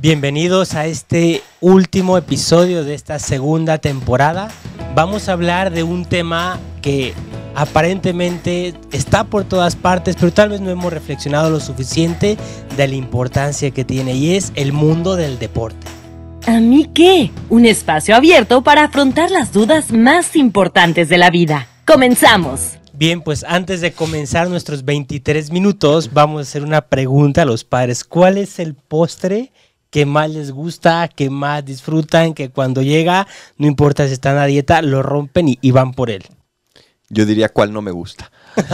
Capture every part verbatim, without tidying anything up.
Bienvenidos a este último episodio de esta segunda temporada. Vamos a hablar de un tema que aparentemente está por todas partes, pero tal vez no hemos reflexionado lo suficiente de la importancia que tiene, y es el mundo del deporte. ¿A mí qué? Un espacio abierto para afrontar las dudas más importantes de la vida. ¡Comenzamos! Bien, pues antes de comenzar nuestros veintitrés minutos, vamos a hacer una pregunta a los padres. ¿Cuál es el postre que más les gusta, que más disfrutan, que cuando llega, no importa si están a dieta, lo rompen y, y van por él? Yo diría cuál no me gusta.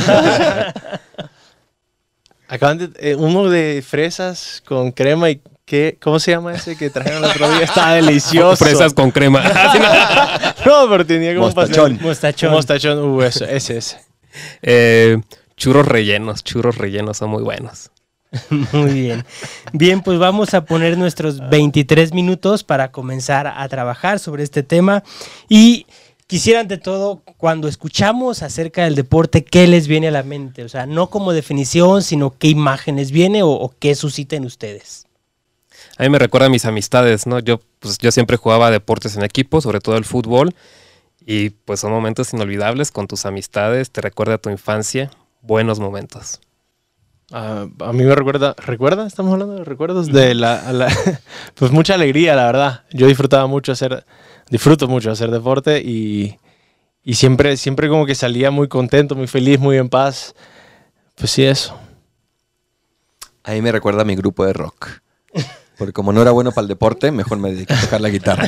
Acaban de, eh, uno de fresas con crema y ¿qué? ¿Cómo se llama ese que trajeron el otro día? Está delicioso. Fresas con crema. No, pero tenía como Mostachón. pastel. Mostachón. Mostachón. Uh, eso, ese, ese. Eh, churros rellenos, churros rellenos son muy buenos. Muy bien. Bien, pues vamos a poner nuestros veintitrés minutos para comenzar a trabajar sobre este tema. Y quisiera, ante todo, cuando escuchamos acerca del deporte, ¿qué les viene a la mente? O sea, no como definición, sino qué imágenes viene o, o qué susciten ustedes. A mí me recuerda a mis amistades, ¿no? Yo, pues, yo siempre jugaba deportes en equipo, sobre todo el fútbol. Y pues son momentos inolvidables con tus amistades, te recuerda a tu infancia, buenos momentos. Uh, a mí me recuerda, ¿recuerda? Estamos hablando de recuerdos de la, la pues mucha alegría, la verdad. Yo disfrutaba mucho hacer, disfruto mucho hacer deporte y, y siempre, siempre como que salía muy contento, muy feliz, muy en paz. Pues sí, eso. A mí me recuerda a mi grupo de rock. Porque como no era bueno para el deporte, mejor me dediqué a tocar la guitarra.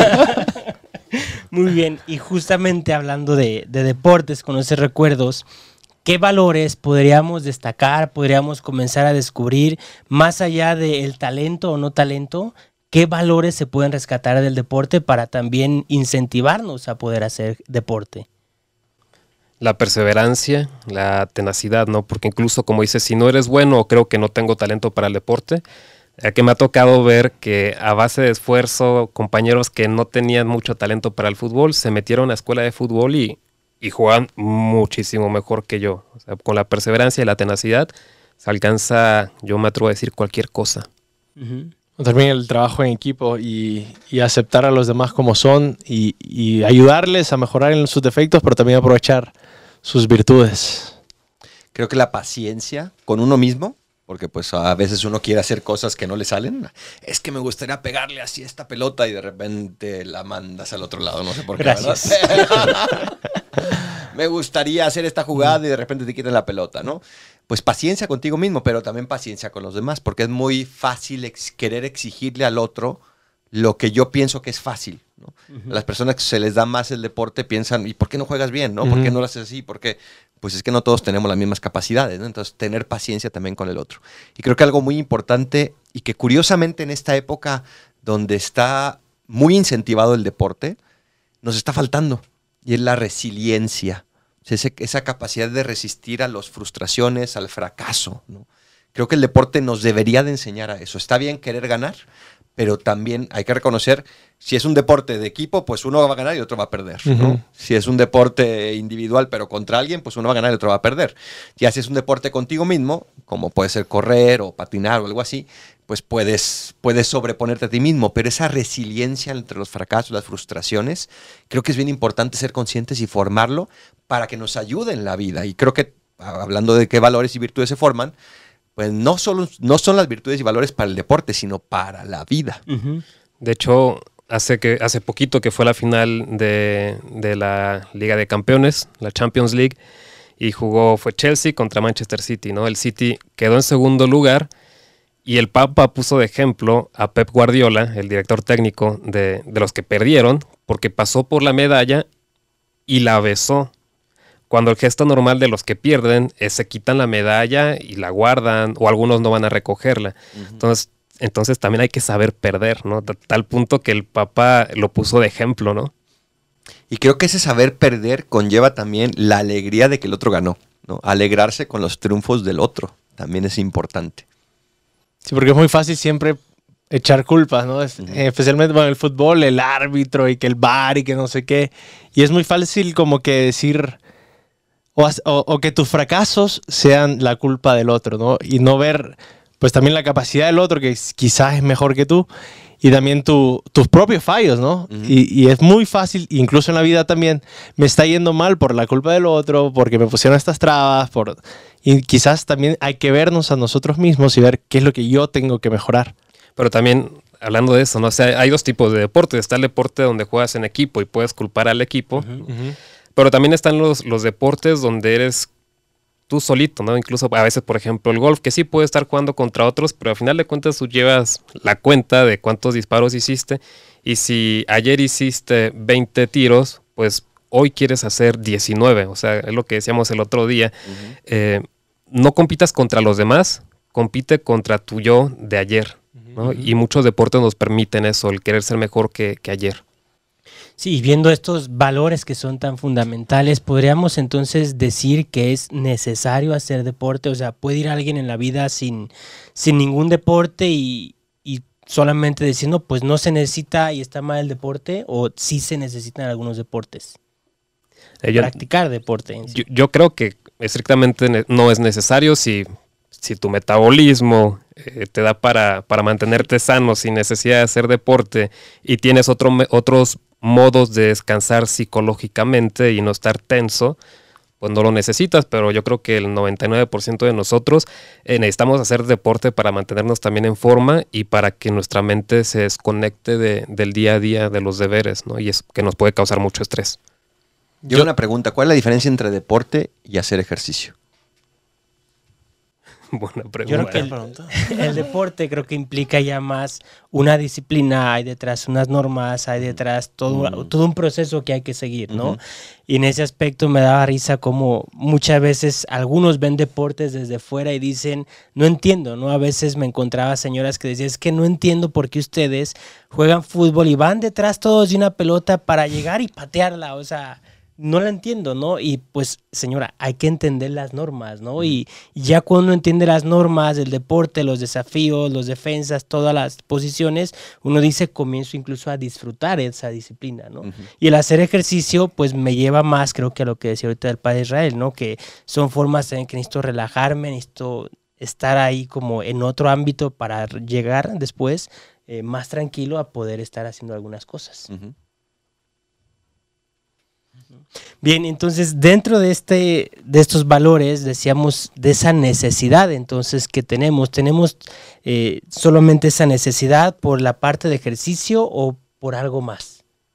Muy bien, y justamente hablando de, de deportes, con esos recuerdos, ¿qué valores podríamos destacar, podríamos comenzar a descubrir, más allá del talento o no talento, qué valores se pueden rescatar del deporte para también incentivarnos a poder hacer deporte? La perseverancia, la tenacidad, ¿no? Porque incluso, como dices, si no eres bueno o creo que no tengo talento para el deporte, ya que me ha tocado ver que a base de esfuerzo, compañeros que no tenían mucho talento para el fútbol, se metieron a la escuela de fútbol y, y juegan muchísimo mejor que yo. O sea, con la perseverancia y la tenacidad se alcanza, yo me atrevo a decir, cualquier cosa. Uh-huh. También el trabajo en equipo y, y aceptar a los demás como son y, y ayudarles a mejorar en sus defectos, pero también aprovechar sus virtudes. Creo que la paciencia con uno mismo, porque pues a veces uno quiere hacer cosas que no le salen. Es que me gustaría pegarle así esta pelota y de repente la mandas al otro lado, no sé por qué. Gracias. ¿Verdad? Me gustaría hacer esta jugada y de repente te quitan la pelota, ¿no? Pues paciencia contigo mismo, pero también paciencia con los demás, porque es muy fácil ex- querer exigirle al otro lo que yo pienso que es fácil, ¿no? Uh-huh. A las personas que se les da más el deporte piensan, ¿y por qué no juegas bien, no? ¿Por uh-huh. qué no lo haces así? ¿Por qué? Pues es que no todos tenemos las mismas capacidades, ¿no? Entonces, tener paciencia también con el otro. Y creo que algo muy importante y que curiosamente en esta época donde está muy incentivado el deporte, nos está faltando, y es la resiliencia. O sea, ese, esa capacidad de resistir a las frustraciones, al fracaso, ¿no? Creo que el deporte nos debería de enseñar a eso. Está bien querer ganar, pero también hay que reconocer, si es un deporte de equipo, pues uno va a ganar y otro va a perder, ¿no? Uh-huh. Si es un deporte individual, pero contra alguien, pues uno va a ganar y otro va a perder. Ya si es un deporte contigo mismo, como puede ser correr o patinar o algo así, pues puedes, puedes sobreponerte a ti mismo. Pero esa resiliencia entre los fracasos, las frustraciones, creo que es bien importante ser conscientes y formarlo para que nos ayude en la vida. Y creo que, hablando de qué valores y virtudes se forman, pues no solo no son las virtudes y valores para el deporte, sino para la vida. Uh-huh. De hecho, hace, que, hace poquito que fue la final de, de la Liga de Campeones, la Champions League, y jugó, fue Chelsea contra Manchester City, ¿no? El City quedó en segundo lugar y el Papa puso de ejemplo a Pep Guardiola, el director técnico de, de los que perdieron, porque pasó por la medalla y la besó. Cuando el gesto normal de los que pierden es se quitan la medalla y la guardan, o algunos no van a recogerla. Uh-huh. Entonces, entonces también hay que saber perder, ¿no? A tal punto que el Papa lo puso de ejemplo, ¿no? Y creo que ese saber perder conlleva también la alegría de que el otro ganó, ¿no? Alegrarse con los triunfos del otro también es importante. Sí, porque es muy fácil siempre echar culpas, ¿no? Es, uh-huh. eh, especialmente en el fútbol, el árbitro y que el V A R y que no sé qué. Y es muy fácil como que decir... O, o, o que tus fracasos sean la culpa del otro, ¿no? Y no ver pues también la capacidad del otro que quizás es mejor que tú y también tu, tus propios fallos, ¿no? Uh-huh. y, y es muy fácil, incluso en la vida también, me está yendo mal por la culpa del otro, porque me pusieron estas trabas, por, y quizás también hay que vernos a nosotros mismos y ver qué es lo que yo tengo que mejorar. Pero también, hablando de eso, ¿no? O sea, hay dos tipos de deporte. Está el deporte donde juegas en equipo y puedes culpar al equipo, uh-huh. Uh-huh. Pero también están los, los deportes donde eres tú solito, ¿no? Incluso a veces, por ejemplo, el golf, que sí puedes estar jugando contra otros, pero al final de cuentas tú llevas la cuenta de cuántos disparos hiciste, y si ayer hiciste veinte tiros, pues hoy quieres hacer diecinueve, o sea, es lo que decíamos el otro día. Uh-huh. eh, no compitas contra los demás, compite contra tu yo de ayer, ¿no? Uh-huh. Y muchos deportes nos permiten eso, el querer ser mejor que, que ayer. Sí, viendo estos valores que son tan fundamentales, ¿podríamos entonces decir que es necesario hacer deporte? O sea, ¿puede ir alguien en la vida sin, sin ningún deporte y, y solamente decir, no, pues no se necesita y está mal el deporte? ¿O sí se necesitan algunos deportes? Eh, yo, Practicar deporte en sí. yo, yo creo que estrictamente no es necesario si, si tu metabolismo eh, te da para, para mantenerte sano sin necesidad de hacer deporte y tienes otro, otros modos de descansar psicológicamente y no estar tenso, pues no lo necesitas, pero yo creo que el noventa y nueve por ciento de nosotros eh, necesitamos hacer deporte para mantenernos también en forma y para que nuestra mente se desconecte de, del día a día, de los deberes, ¿no? Y es que nos puede causar mucho estrés. Yo, yo una pregunta, ¿cuál es la diferencia entre deporte y hacer ejercicio? Buena pregunta. Yo creo que el, el deporte creo que implica ya más una disciplina, hay detrás unas normas, hay detrás todo, uh-huh. todo un proceso que hay que seguir, ¿no? Uh-huh. Y en ese aspecto me daba risa como muchas veces algunos ven deportes desde fuera y dicen, no entiendo, ¿no? A veces me encontraba señoras que decían, es que no entiendo por qué ustedes juegan fútbol y van detrás todos de una pelota para llegar y patearla, o sea... No la entiendo, ¿no? Y pues, señora, hay que entender las normas, ¿no? Y, y ya cuando uno entiende las normas del deporte, los desafíos, los defensas, todas las posiciones, uno dice, comienzo incluso a disfrutar esa disciplina, ¿no? Uh-huh. Y el hacer ejercicio, pues me lleva más, creo que a lo que decía ahorita el padre Israel, ¿no? Que son formas en que necesito relajarme, necesito estar ahí como en otro ámbito para llegar después eh, más tranquilo a poder estar haciendo algunas cosas. Uh-huh. Bien, entonces dentro de este de estos valores decíamos de esa necesidad entonces que tenemos, tenemos eh, solamente esa necesidad por la parte de ejercicio o por algo más.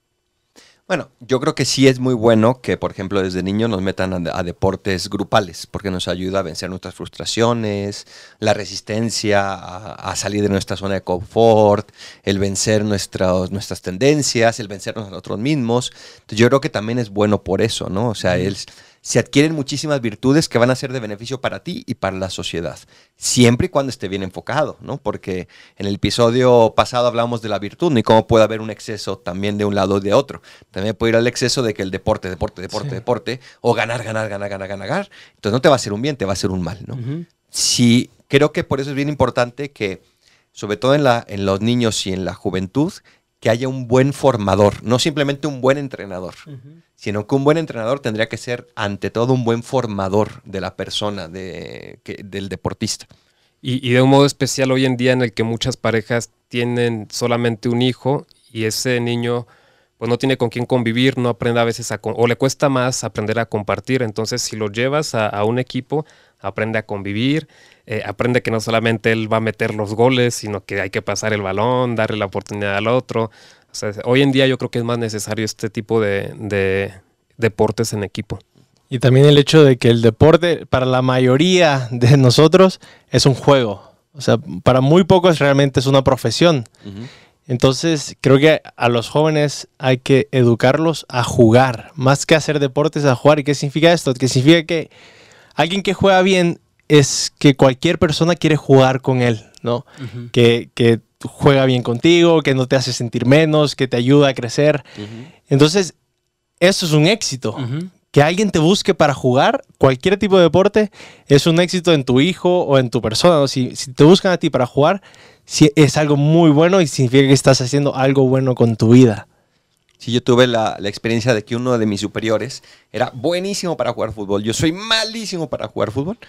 Bueno, yo creo que sí es muy bueno que, por ejemplo, desde niños nos metan a, a deportes grupales, porque nos ayuda a vencer nuestras frustraciones, la resistencia a, a salir de nuestra zona de confort, el vencer nuestras, nuestras tendencias, el vencernos a nosotros mismos. Entonces, yo creo que también es bueno por eso, ¿no? O sea, el, se adquieren muchísimas virtudes que van a ser de beneficio para ti y para la sociedad, siempre y cuando esté bien enfocado, ¿no? Porque en el episodio pasado hablamos de la virtud, ¿no? Y cómo puede haber un exceso también de un lado o de otro. También puede ir al exceso de que el deporte, deporte, deporte, sí. deporte, o ganar, ganar, ganar, ganar, ganar, ganar. Entonces no te va a hacer un bien, te va a hacer un mal, ¿no? Uh-huh. Sí, creo que por eso es bien importante que, sobre todo en, la, en los niños y en la juventud, que haya un buen formador, no simplemente un buen entrenador, uh-huh. sino que un buen entrenador tendría que ser, ante todo, un buen formador de la persona, de, que, del deportista. Y, y de un modo especial hoy en día en el que muchas parejas tienen solamente un hijo y ese niño pues no tiene con quién convivir, no aprende a veces a, o le cuesta más aprender a compartir. Entonces, si lo llevas a, a un equipo, aprende a convivir, eh, aprende que no solamente él va a meter los goles, sino que hay que pasar el balón, darle la oportunidad al otro. O sea, hoy en día yo creo que es más necesario este tipo de, de deportes en equipo. Y también el hecho de que el deporte, para la mayoría de nosotros, es un juego. O sea, para muy pocos realmente es una profesión. Uh-huh. Entonces, creo que a los jóvenes hay que educarlos a jugar, más que hacer deportes, a jugar. ¿Y qué significa esto? Que significa que alguien que juega bien es que cualquier persona quiere jugar con él, ¿no? Uh-huh. Que, que juega bien contigo, que no te hace sentir menos, que te ayuda a crecer. Uh-huh. Entonces, eso es un éxito. Uh-huh. Que alguien te busque para jugar, cualquier tipo de deporte, es un éxito en tu hijo o en tu persona, ¿no? Si, si te buscan a ti para jugar, sí, es algo muy bueno y significa que estás haciendo algo bueno con tu vida. Sí, yo tuve la, la experiencia de que uno de mis superiores era buenísimo para jugar fútbol. Yo soy malísimo para jugar fútbol,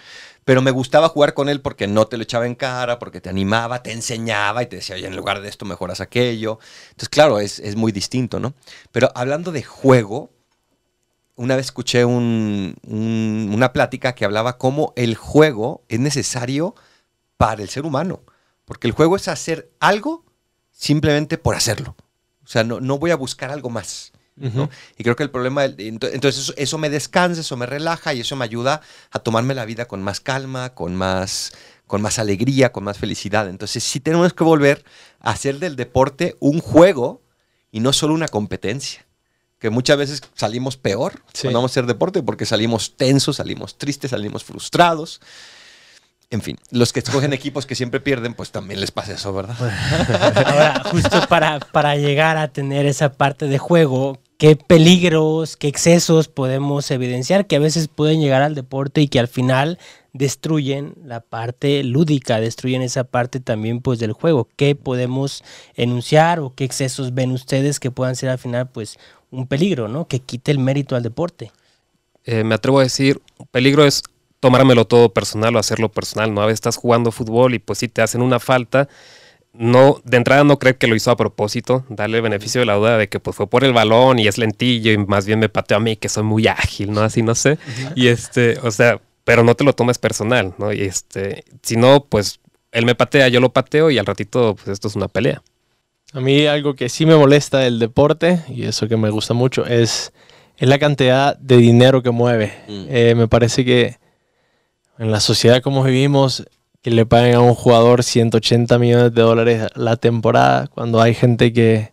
pero me gustaba jugar con él porque no te lo echaba en cara, porque te animaba, te enseñaba y te decía, oye, en lugar de esto mejoras aquello. Entonces, claro, es, es muy distinto, ¿no? Pero hablando de juego, una vez escuché un, un, una plática que hablaba cómo el juego es necesario para el ser humano, porque el juego es hacer algo simplemente por hacerlo. O sea, no, no voy a buscar algo más. ¿no? Uh-huh. Y creo que el problema, entonces eso, eso me descansa, eso me relaja y eso me ayuda a tomarme la vida con más calma, con más, con más alegría, con más felicidad. Entonces sí tenemos que volver a hacer del deporte un juego y no solo una competencia. Que muchas veces salimos peor sí. cuando vamos a hacer deporte porque salimos tensos, salimos tristes, salimos frustrados. En fin, los que escogen equipos que siempre pierden, pues también les pasa eso, ¿verdad? Ahora, justo para, para llegar a tener esa parte de juego, ¿qué peligros, qué excesos podemos evidenciar que a veces pueden llegar al deporte y que al final destruyen la parte lúdica, destruyen esa parte también pues del juego? ¿Qué podemos enunciar o qué excesos ven ustedes que puedan ser al final pues un peligro, ¿no? Que quite el mérito al deporte. Eh, me atrevo a decir, peligro es tomármelo todo personal o hacerlo personal, ¿no? A veces estás jugando fútbol y pues si te hacen una falta, no, de entrada no creer que lo hizo a propósito, darle el beneficio de la duda de que pues fue por el balón y es lentillo y más bien me pateó a mí que soy muy ágil, ¿no? Así no sé. Uh-huh. Y este, o sea, pero no te lo tomes personal, ¿no? Y este, si no, pues él me patea, yo lo pateo y al ratito pues esto es una pelea. A mí algo que sí me molesta del deporte, y eso que me gusta mucho, es, es la cantidad de dinero que mueve. Mm. Eh, me parece que en la sociedad como vivimos, que le paguen a un jugador ciento ochenta millones de dólares la temporada, cuando hay gente que,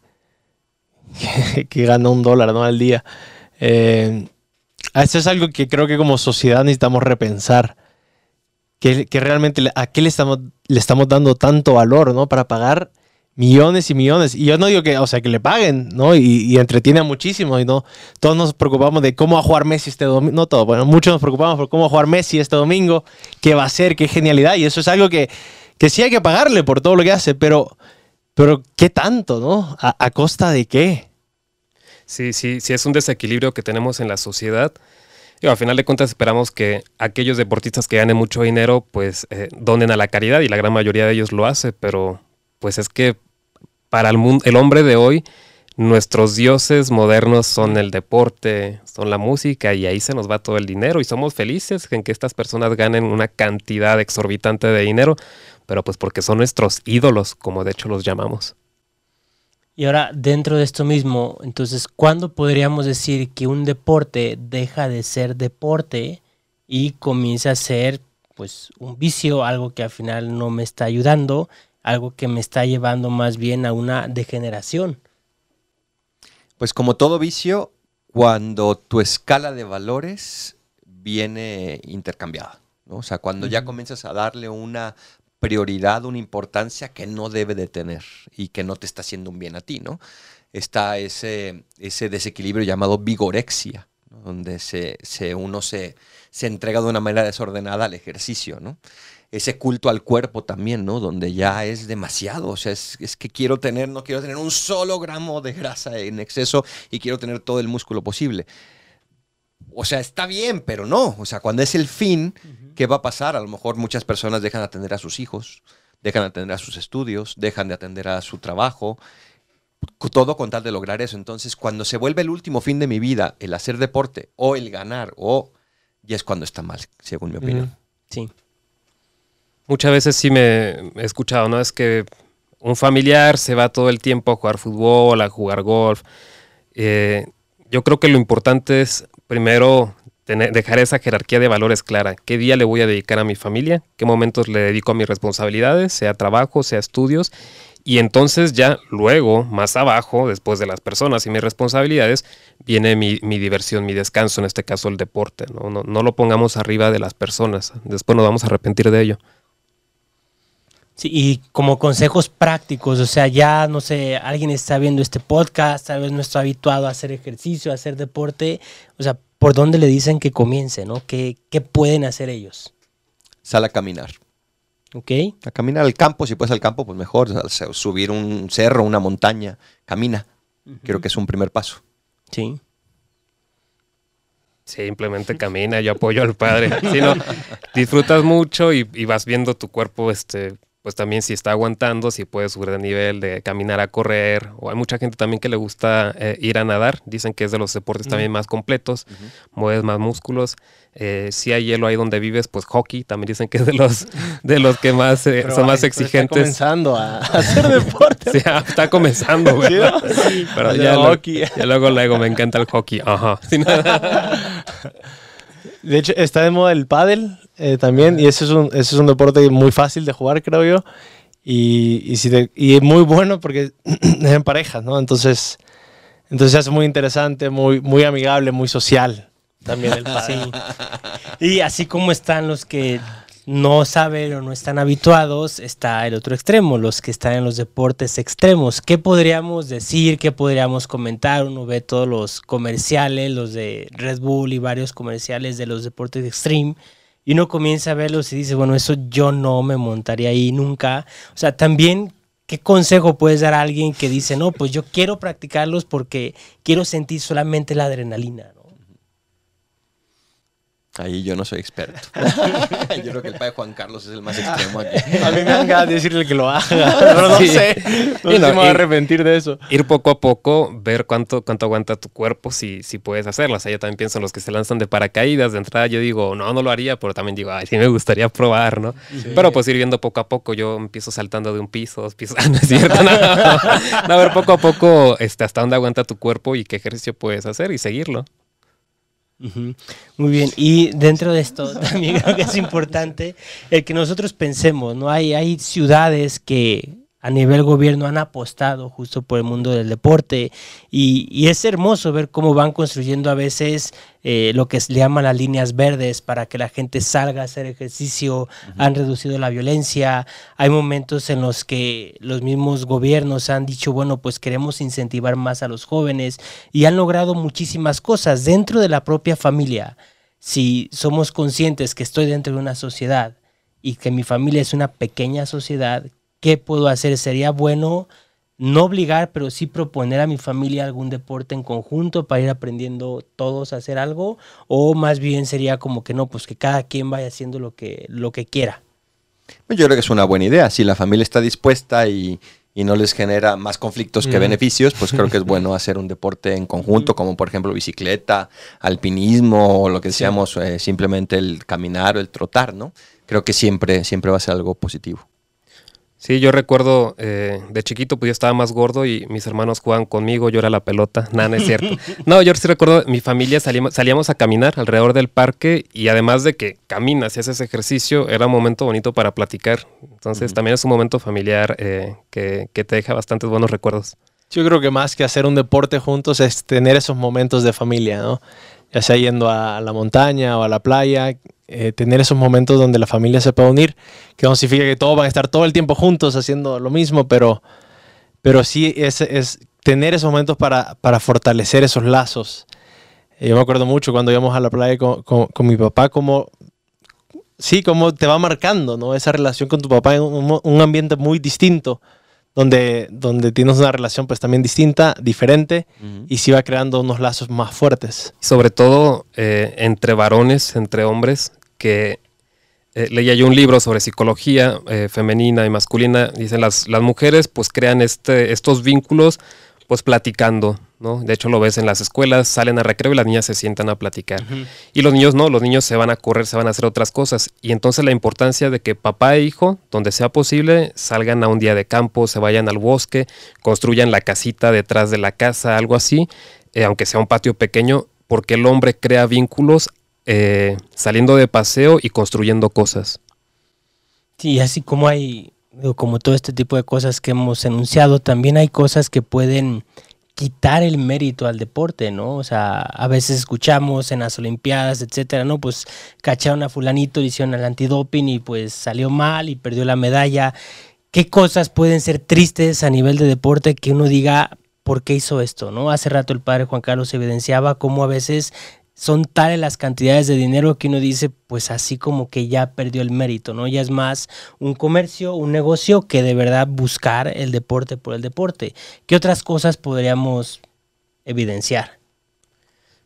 que, que gana un dólar, ¿no? al día. Eh, eso es algo que creo que como sociedad necesitamos repensar. Que, que realmente a qué le estamos, le estamos dando tanto valor, ¿no? Para pagar millones y millones. Y yo no digo que, o sea, que le paguen, ¿no? Y, y entretiene a muchísimo. Y no, todos nos preocupamos de cómo va a jugar Messi este domingo. No todos, bueno, muchos nos preocupamos por cómo va a jugar Messi este domingo. ¿Qué va a hacer? ¿Qué genialidad? Y eso es algo que, que sí hay que pagarle por todo lo que hace. Pero, pero ¿qué tanto, no? ¿A, a costa de qué? Sí, sí, sí es un desequilibrio que tenemos en la sociedad. Y al final de cuentas esperamos que aquellos deportistas que ganen mucho dinero, pues eh, donen a la caridad. Y la gran mayoría de ellos lo hace, pero pues es que para el, mundo, el hombre de hoy, nuestros dioses modernos son el deporte, son la música y ahí se nos va todo el dinero y somos felices en que estas personas ganen una cantidad exorbitante de dinero, pero pues porque son nuestros ídolos, como de hecho los llamamos. Y ahora, dentro de esto mismo, entonces, ¿cuándo podríamos decir que un deporte deja de ser deporte y comienza a ser pues un vicio, algo que al final no me está ayudando, algo que me está llevando más bien a una degeneración? Pues como todo vicio, cuando tu escala de valores viene intercambiada, ¿no? O sea, cuando uh-huh. ya comienzas a darle una prioridad, una importancia que no debe de tener y que no te está haciendo un bien a ti, ¿no? Está ese, ese desequilibrio llamado vigorexia, ¿no? Donde se, se, uno se, se entrega de una manera desordenada al ejercicio, ¿no? Ese culto al cuerpo también, ¿no? Donde ya es demasiado, o sea, es, es que quiero tener, no quiero tener un solo gramo de grasa en exceso y quiero tener todo el músculo posible. O sea, está bien, pero no. O sea, cuando es el fin, uh-huh. ¿qué va a pasar? A lo mejor muchas personas dejan de atender a sus hijos, dejan de atender a sus estudios, dejan de atender a su trabajo, todo con tal de lograr eso. Entonces, cuando se vuelve el último fin de mi vida, el hacer deporte o el ganar, o ya es cuando está mal, según mi opinión. Uh-huh. Sí. Muchas veces sí me he escuchado, ¿no? Es que un familiar se va todo el tiempo a jugar fútbol, a jugar golf. Eh, yo creo que lo importante es primero tener, dejar esa jerarquía de valores clara. ¿Qué día le voy a dedicar a mi familia? ¿Qué momentos le dedico a mis responsabilidades? Sea trabajo, sea estudios. Y entonces ya luego, más abajo, después de las personas y mis responsabilidades, viene mi, mi diversión, mi descanso, en este caso el deporte, ¿no? No, no lo pongamos arriba de las personas. Después nos vamos a arrepentir de ello. Sí, y como consejos prácticos, o sea, ya, no sé, alguien está viendo este podcast, tal vez no está habituado a hacer ejercicio, a hacer deporte, o sea, ¿por dónde le dicen que comience, no? ¿Qué, qué pueden hacer ellos? Sal a caminar. Ok. A caminar al campo, si puedes al campo, pues mejor. O sea, subir un cerro, una montaña, camina. Uh-huh. Creo que es un primer paso. Sí. Simplemente camina, yo apoyo al padre. Si no, disfrutas mucho y, y vas viendo tu cuerpo, este, pues también si está aguantando, si puede subir de nivel, de caminar a correr. O hay mucha gente también que le gusta eh, ir a nadar. Dicen que es de los deportes uh-huh. también más completos, uh-huh. mueves más músculos. Eh, si hay hielo ahí donde vives, pues hockey también dicen que es de los de los que más eh, son más exigentes. Está comenzando a hacer deporte. Sí, está comenzando, güey. ¿Sí, no? Sí, pero ya, lo, ya luego luego me encanta el hockey. Ajá. De hecho, está de moda el pádel eh, también, y ese es, un, ese es un deporte muy fácil de jugar, creo yo, y, y, si te, y es muy bueno porque es en parejas, ¿no? Entonces, entonces se hace muy interesante, muy, muy amigable, muy social también el pádel. Sí. Y así como están los que no saben o no están habituados, está el otro extremo, los que están en los deportes extremos. ¿Qué podríamos decir? ¿Qué podríamos comentar? Uno ve todos los comerciales, los de Red Bull y varios comerciales de los deportes extreme, y uno comienza a verlos y dice, bueno, eso yo no me montaría ahí nunca. O sea, también, ¿qué consejo puedes dar a alguien que dice, no, pues yo quiero practicarlos porque quiero sentir solamente la adrenalina, ¿no? Ahí yo no soy experto. Yo creo que el padre Juan Carlos es el más extremo aquí. A mí me dan ganas de decirle que lo haga, pero no sí. sé. No sé si me voy a arrepentir de eso. Ir poco a poco, ver cuánto, cuánto aguanta tu cuerpo, si, si puedes hacerlo. O sea, yo también pienso en los que se lanzan de paracaídas. De entrada yo digo, no, no lo haría, pero también digo, ay, sí me gustaría probar, ¿no? Sí. Pero pues ir viendo poco a poco. Yo empiezo saltando de un piso, dos pisos. Ah, no es cierto, no. No, a ver poco a poco este, hasta dónde aguanta tu cuerpo y qué ejercicio puedes hacer y seguirlo. Uh-huh. Muy bien, y dentro de esto también creo que es importante el que nosotros pensemos, ¿no? Hay, hay ciudades que a nivel gobierno han apostado justo por el mundo del deporte y, y es hermoso ver cómo van construyendo a veces eh, lo que le llaman las líneas verdes para que la gente salga a hacer ejercicio, uh-huh. han reducido la violencia, hay momentos en los que los mismos gobiernos han dicho, bueno, pues queremos incentivar más a los jóvenes y han logrado muchísimas cosas dentro de la propia familia. Si somos conscientes que estoy dentro de una sociedad y que mi familia es una pequeña sociedad, ¿qué puedo hacer? Sería bueno no obligar, pero sí proponer a mi familia algún deporte en conjunto para ir aprendiendo todos a hacer algo, o más bien sería como que no, pues que cada quien vaya haciendo lo que, lo que quiera. Yo creo que es una buena idea. Si la familia está dispuesta y, y no les genera más conflictos que mm. beneficios, pues creo que es bueno hacer un deporte en conjunto, como por ejemplo bicicleta, alpinismo, o lo que decíamos, sí. eh, simplemente el caminar o el trotar, ¿no? Creo que siempre, siempre va a ser algo positivo. Sí, yo recuerdo eh, de chiquito, pues yo estaba más gordo y mis hermanos jugaban conmigo, yo era la pelota, nada, no es cierto. No, yo sí recuerdo, mi familia salíamos, salíamos a caminar alrededor del parque y además de que caminas y haces ejercicio, era un momento bonito para platicar. Entonces uh-huh. también es un momento familiar eh, que, que te deja bastantes buenos recuerdos. Yo creo que más que hacer un deporte juntos es tener esos momentos de familia, ¿no? Ya sea yendo a la montaña o a la playa, eh, tener esos momentos donde la familia se pueda unir, que no significa que todos van a estar todo el tiempo juntos haciendo lo mismo, pero, pero sí es, es tener esos momentos para, para fortalecer esos lazos. Eh, yo me acuerdo mucho cuando íbamos a la playa con, con, con mi papá, como, sí, como te va marcando, ¿no? Esa relación con tu papá en un, un ambiente muy distinto. Donde, donde tienes una relación pues también distinta, diferente, uh-huh. y se va creando unos lazos más fuertes. Sobre todo eh, entre varones, entre hombres, que eh, leía yo un libro sobre psicología eh, femenina y masculina. Dicen las, las mujeres pues crean este, estos vínculos pues platicando, ¿no? De hecho lo ves en las escuelas, salen a recreo y las niñas se sientan a platicar. Uh-huh. Y los niños no, los niños se van a correr, se van a hacer otras cosas. Y entonces la importancia de que papá e hijo, donde sea posible, salgan a un día de campo, se vayan al bosque, construyan la casita detrás de la casa, algo así, eh, aunque sea un patio pequeño, porque el hombre crea vínculos eh, saliendo de paseo y construyendo cosas. Sí, así como hay... como todo este tipo de cosas que hemos enunciado, también hay cosas que pueden quitar el mérito al deporte, ¿no? O sea, a veces escuchamos en las olimpiadas, etcétera, ¿no? Pues cacharon a fulanito, le hicieron el antidoping y pues salió mal y perdió la medalla. ¿Qué cosas pueden ser tristes a nivel de deporte que uno diga, ¿por qué hizo esto, no? Hace rato el padre Juan Carlos evidenciaba cómo a veces son tales las cantidades de dinero que uno dice, pues así como que ya perdió el mérito, ¿no? Ya es más un comercio, un negocio que de verdad buscar el deporte por el deporte. ¿Qué otras cosas podríamos evidenciar?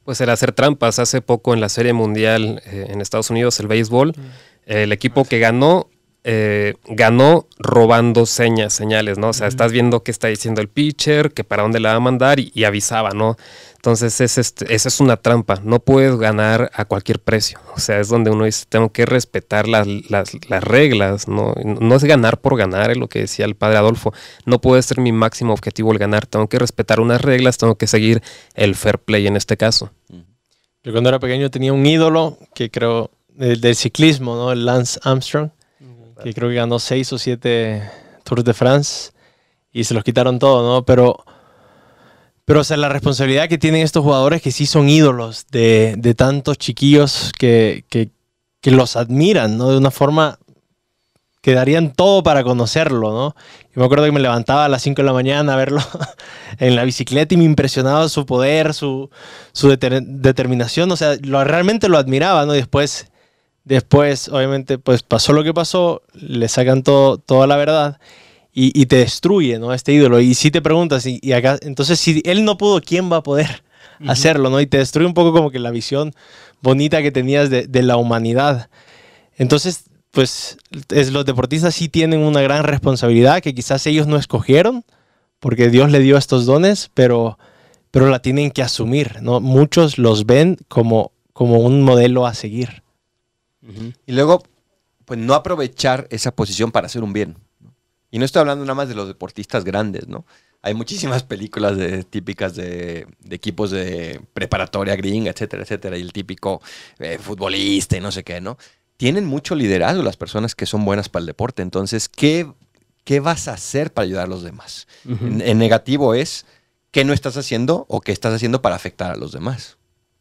Pues el hacer trampas. Hace poco en la Serie Mundial eh, en Estados Unidos, el béisbol, eh, el equipo que ganó, eh, ganó robando señas, señales, ¿no? O sea, uh-huh. estás viendo qué está diciendo el pitcher, que para dónde la va a mandar y, y avisaba, ¿no? Entonces, es este, esa es una trampa. No puedes ganar a cualquier precio. O sea, es donde uno dice, tengo que respetar las, las, las reglas, ¿no? No es ganar por ganar, es lo que decía el padre Adolfo. No puede ser mi máximo objetivo el ganar. Tengo que respetar unas reglas, tengo que seguir el fair play en este caso. Yo cuando era pequeño tenía un ídolo que creo, del, del ciclismo, ¿no? El Lance Armstrong, uh-huh. que creo que ganó seis o siete Tours de France y se los quitaron todo, ¿no? Pero... Pero, o sea, la responsabilidad que tienen estos jugadores que sí son ídolos de, de tantos chiquillos que, que, que los admiran, ¿no? De una forma que darían todo para conocerlo, ¿no? Yo me acuerdo que me levantaba a las cinco de la mañana a verlo en la bicicleta y me impresionaba su poder, su, su deter, determinación. O sea, lo, realmente lo admiraba, ¿no? Y después, después, obviamente, pues pasó lo que pasó, le sacan todo, toda la verdad. Y, y te destruye, ¿no? Este ídolo. Y si te preguntas, y, y acá, entonces si él no pudo, ¿quién va a poder uh-huh. hacerlo, ¿no? Y te destruye un poco como que la visión bonita que tenías de, de la humanidad. Entonces, pues es, los deportistas sí tienen una gran responsabilidad que quizás ellos no escogieron, porque Dios le dio estos dones, pero, pero la tienen que asumir, ¿no? Muchos los ven como, como un modelo a seguir. Uh-huh. Y luego, pues no aprovechar esa posición para hacer un bien. Y no estoy hablando nada más de los deportistas grandes, ¿no? Hay muchísimas películas de, típicas de, de equipos de preparatoria gringa, etcétera, etcétera, y el típico eh, futbolista y no sé qué, ¿no? Tienen mucho liderazgo las personas que son buenas para el deporte. Entonces, ¿qué, qué vas a hacer para ayudar a los demás? Uh-huh. en, en negativo es, ¿qué no estás haciendo o qué estás haciendo para afectar a los demás?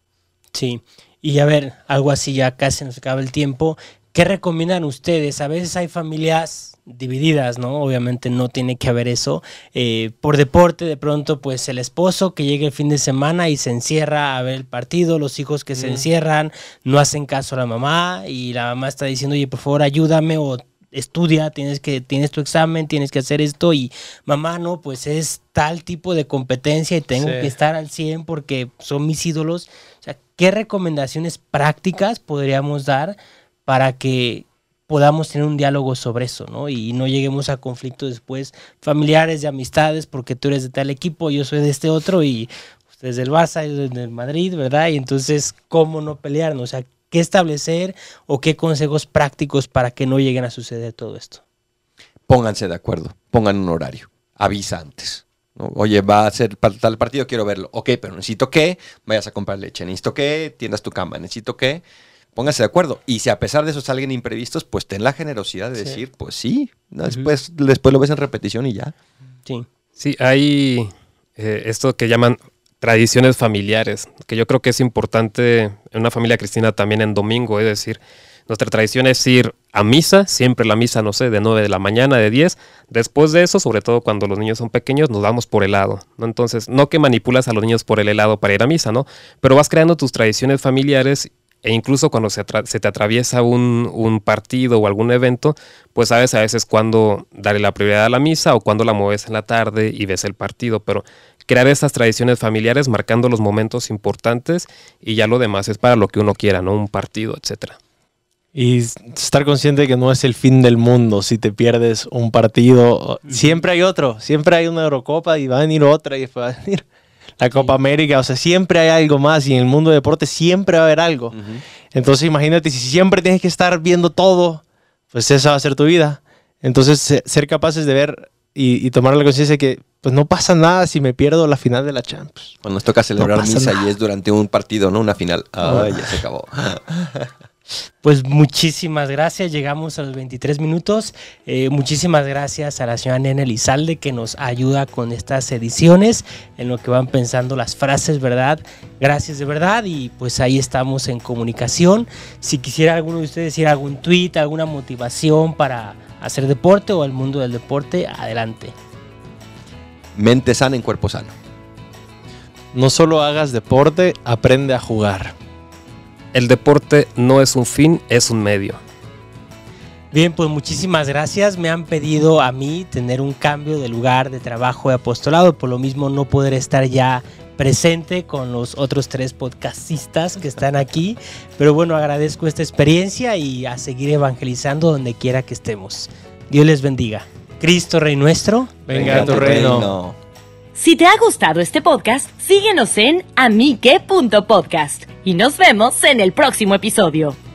Sí, y a ver, algo así ya casi nos acaba el tiempo. ¿Qué recomiendan ustedes? A veces hay familias divididas, ¿no? Obviamente no tiene que haber eso. Eh, por deporte, de pronto, pues el esposo que llega el fin de semana y se encierra a ver el partido, los hijos que mm. se encierran, no hacen caso a la mamá y la mamá está diciendo, oye, por favor, ayúdame o estudia, tienes que tienes tu examen, tienes que hacer esto y mamá, no, pues es tal tipo de competencia y tengo sí. que estar al cien porque son mis ídolos. O sea, ¿qué recomendaciones prácticas podríamos dar para que podamos tener un diálogo sobre eso, ¿no? Y no lleguemos a conflictos después familiares, de amistades, porque tú eres de tal equipo, yo soy de este otro, y usted es del Barça, yo soy del Madrid, ¿verdad? Y entonces, ¿cómo no pelearnos? O sea, ¿qué establecer o qué consejos prácticos para que no lleguen a suceder todo esto? Pónganse de acuerdo, pongan un horario, avisa antes, ¿no? Oye, va a ser tal partido, quiero verlo. Ok, pero necesito que vayas a comprar leche, necesito que tiendas tu cama, necesito que... Pónganse de acuerdo. Y si a pesar de eso salen imprevistos, pues ten la generosidad de sí. decir, pues sí, ¿no? después, uh-huh. después lo ves en repetición y ya. Sí, sí hay eh, esto que llaman tradiciones familiares, que yo creo que es importante en una familia cristiana también en domingo, es decir, nuestra tradición es ir a misa, siempre la misa, no sé, de nueve de la mañana, de diez. Después de eso, sobre todo cuando los niños son pequeños, nos vamos por helado, ¿no? Entonces, no que manipulas a los niños por el helado para ir a misa, ¿no? Pero vas creando tus tradiciones familiares. E incluso cuando se, atra- se te atraviesa un, un partido o algún evento, pues sabes a veces cuándo darle la prioridad a la misa o cuándo la mueves en la tarde y ves el partido. Pero crear esas tradiciones familiares marcando los momentos importantes y ya lo demás es para lo que uno quiera, ¿no? Un partido, etcétera. Y estar consciente de que no es el fin del mundo si te pierdes un partido. Siempre hay otro, siempre hay una Eurocopa y va a venir otra y después va a venir... La Copa sí. América, o sea, siempre hay algo más y en el mundo de deporte siempre va a haber algo. Uh-huh. Entonces imagínate, si siempre tienes que estar viendo todo, pues esa va a ser tu vida. Entonces ser capaces de ver y, y tomar la conciencia de que pues no pasa nada si me pierdo la final de la Champions. Cuando nos toca celebrar no misa nada. Y es durante un partido, no una final. Ay, ya se acabó. Pues muchísimas gracias, llegamos a los veintitrés minutos. Eh, muchísimas gracias a la señora Nena Elizalde que nos ayuda con estas ediciones, en lo que van pensando las frases, ¿verdad? Gracias de verdad y pues ahí estamos en comunicación. Si quisiera alguno de ustedes decir algún tweet, alguna motivación para hacer deporte o el mundo del deporte, adelante. Mente sana en cuerpo sano. No solo hagas deporte, aprende a jugar. El deporte no es un fin, es un medio. Bien, pues muchísimas gracias. Me han pedido a mí tener un cambio de lugar de trabajo de apostolado, por lo mismo no poder estar ya presente con los otros tres podcastistas que están aquí, pero bueno, agradezco esta experiencia y a seguir evangelizando donde quiera que estemos. Dios les bendiga. Cristo Rey nuestro, venga a tu reino. Si te ha gustado este podcast, síguenos en amique punto podcast y nos vemos en el próximo episodio.